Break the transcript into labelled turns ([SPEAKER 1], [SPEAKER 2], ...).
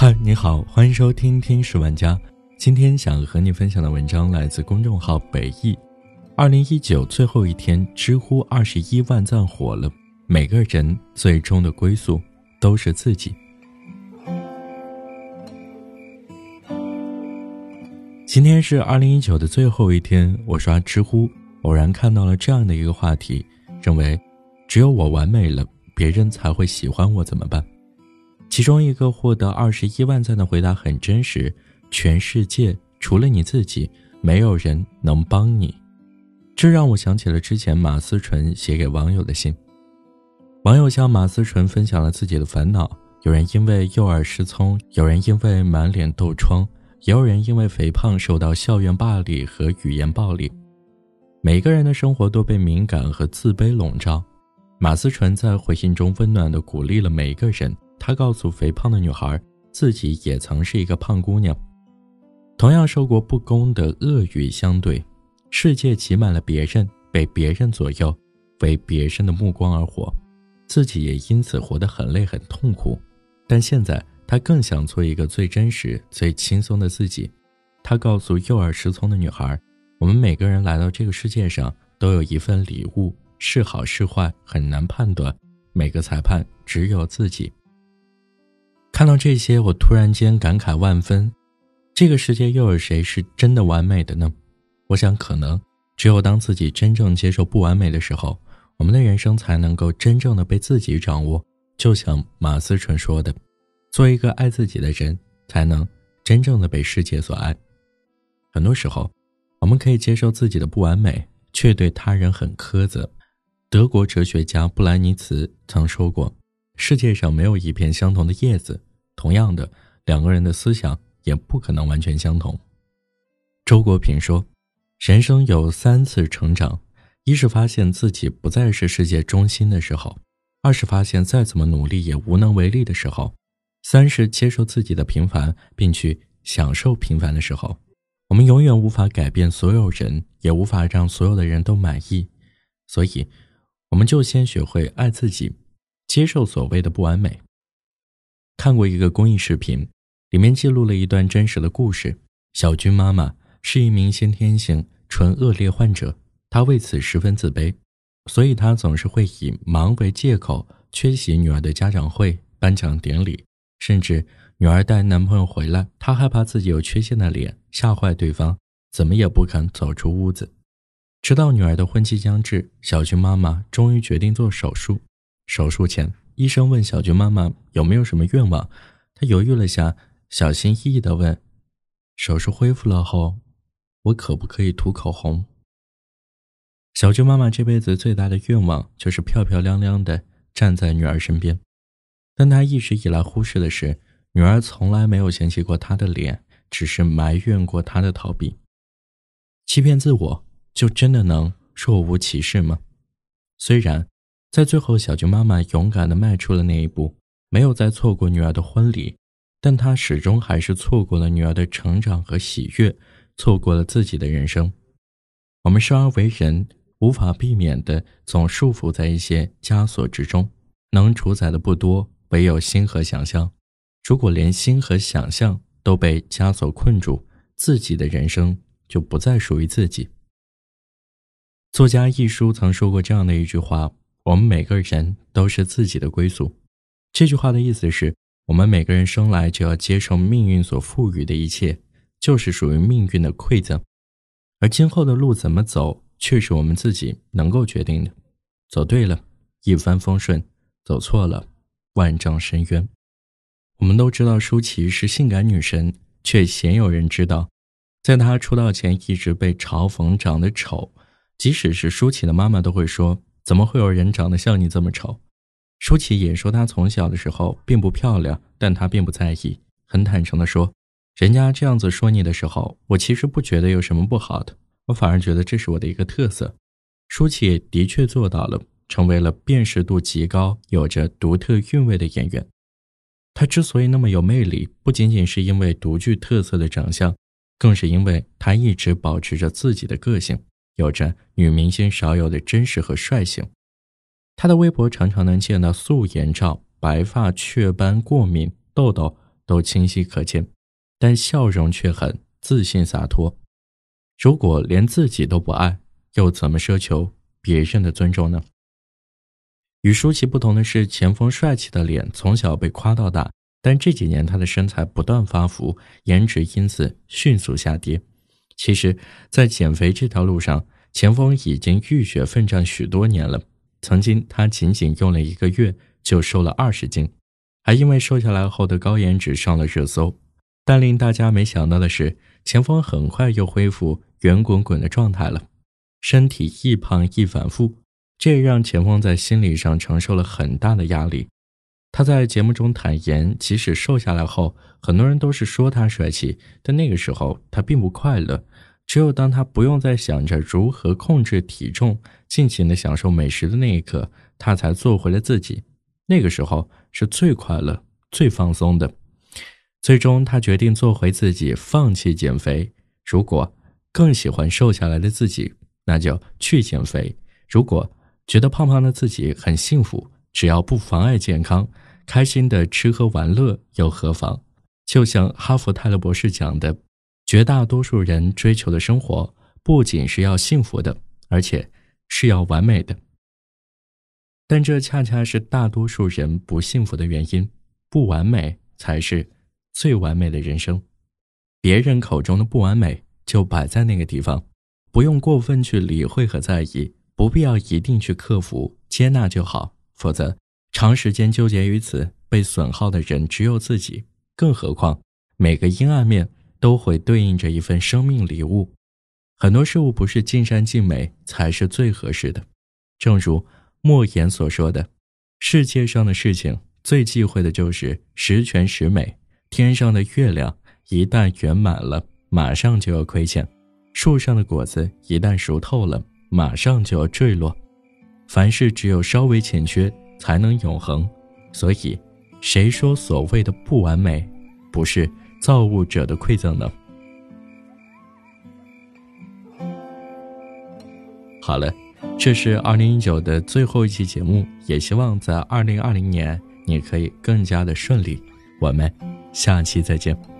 [SPEAKER 1] 嗨，你好，欢迎收听听十万家。今天想和你分享的文章来自公众号北艺。2019最后一天，知乎21万赞火了。每个人最终的归宿都是自己。今天是2019的最后一天，我刷知乎，偶然看到了这样的一个话题，认为只有我完美了，别人才会喜欢我怎么办？其中一个获得21万赞的回答很真实，全世界除了你自己，没有人能帮你。这让我想起了之前马思纯写给网友的信。网友向马思纯分享了自己的烦恼，有人因为右耳失聪，有人因为满脸痘疮，也有人因为肥胖受到校园暴力和语言暴力。每个人的生活都被敏感和自卑笼罩。马思纯在回信中温暖地鼓励了每一个人，她告诉肥胖的女孩，自己也曾是一个胖姑娘，同样受过不公的恶语相对，世界挤满了别人，被别人左右，为别人的目光而活，自己也因此活得很累很痛苦。但现在她更想做一个最真实最轻松的自己。她告诉右耳失聪的女孩，我们每个人来到这个世界上都有一份礼物，是好是坏很难判断，每个裁判只有自己。看到这些，我突然间感慨万分，这个世界又有谁是真的完美的呢？我想可能只有当自己真正接受不完美的时候，我们的人生才能够真正的被自己掌握。就像马思纯说的，做一个爱自己的人，才能真正的被世界所爱。很多时候我们可以接受自己的不完美，却对他人很苛责。德国哲学家布莱尼茨曾说过，世界上没有一片相同的叶子，同样的，两个人的思想也不可能完全相同。周国平说，人生有3次成长，一是发现自己不再是世界中心的时候，二是发现再怎么努力也无能为力的时候，三是接受自己的平凡并去享受平凡的时候。我们永远无法改变所有人，也无法让所有的人都满意，所以我们就先学会爱自己，接受所谓的不完美。看过一个公益视频，里面记录了一段真实的故事。小军妈妈是一名先天性唇腭裂患者，她为此十分自卑，所以她总是会以忙为借口缺席女儿的家长会、颁奖典礼，甚至女儿带男朋友回来，她害怕自己有缺陷的脸吓坏对方，怎么也不肯走出屋子。直到女儿的婚期将至，小军妈妈终于决定做手术。手术前，医生问小军妈妈有没有什么愿望，她犹豫了下，小心翼翼地问，手术恢复了后，我可不可以涂口红？小军妈妈这辈子最大的愿望就是漂漂亮亮地站在女儿身边，但她一直以来忽视的是，女儿从来没有嫌弃过她的脸，只是埋怨过她的逃避。欺骗自我就真的能若无其事吗？虽然在最后小军妈妈勇敢地迈出了那一步，没有再错过女儿的婚礼，但她始终还是错过了女儿的成长和喜悦，错过了自己的人生。我们生而为人，无法避免地总束缚在一些枷锁之中，能主宰的不多，唯有心和想象。如果连心和想象都被枷锁困住，自己的人生就不再属于自己。作家一书曾说过这样的一句话，我们每个人都是自己的归宿。这句话的意思是，我们每个人生来就要接受命运所赋予的一切，就是属于命运的馈赠，而今后的路怎么走，却是我们自己能够决定的。走对了，一帆风顺；走错了，万丈深渊。我们都知道舒淇是性感女神，却鲜有人知道，在她出道前一直被嘲讽长得丑，即使是舒淇的妈妈都会说，怎么会有人长得像你这么丑？舒淇也说她从小的时候并不漂亮，但她并不在意，很坦诚地说，人家这样子说你的时候，我其实不觉得有什么不好的，我反而觉得这是我的一个特色。舒淇也的确做到了，成为了辨识度极高、有着独特韵味的演员。她之所以那么有魅力，不仅仅是因为独具特色的长相，更是因为她一直保持着自己的个性，有着女明星少有的真实和率性。她的微博常常能见到素颜照、白发、雀斑、过敏、痘痘都清晰可见，但笑容却很自信洒脱。如果连自己都不爱，又怎么奢求别人的尊重呢？与舒淇不同的是，钱枫帅气的脸从小被夸到大，但这几年他的身材不断发福，颜值因此迅速下跌。其实在减肥这条路上，钱枫已经浴血奋战许多年了。曾经他仅仅用了1个月就瘦了20斤，还因为瘦下来后的高颜值上了热搜。但令大家没想到的是，钱枫很快又恢复圆滚滚的状态了，身体一胖一反复，这也让钱枫在心理上承受了很大的压力。他在节目中坦言，即使瘦下来后，很多人都是说他帅气，但那个时候他并不快乐。只有当他不用再想着如何控制体重，尽情地享受美食的那一刻，他才做回了自己。那个时候是最快乐、最放松的。最终他决定做回自己，放弃减肥。如果更喜欢瘦下来的自己，那就去减肥。如果觉得胖胖的自己很幸福，只要不妨碍健康，开心的吃喝玩乐又何妨？就像哈佛泰勒博士讲的，绝大多数人追求的生活不仅是要幸福的，而且是要完美的。但这恰恰是大多数人不幸福的原因，不完美才是最完美的人生。别人口中的不完美就摆在那个地方，不用过分去理会和在意，不必要一定去克服，接纳就好。否则长时间纠结于此，被损耗的人只有自己。更何况每个阴暗面都会对应着一份生命礼物。很多事物不是尽善尽美才是最合适的。正如莫言所说的，世界上的事情最忌讳的就是十全十美。天上的月亮一旦圆满了，马上就要亏欠；树上的果子一旦熟透了，马上就要坠落。凡事只有稍微欠缺才能永恒。所以谁说所谓的不完美不是造物者的馈赠呢？好了，这是2019的最后一期节目，也希望在2020年你可以更加的顺利。我们下期再见。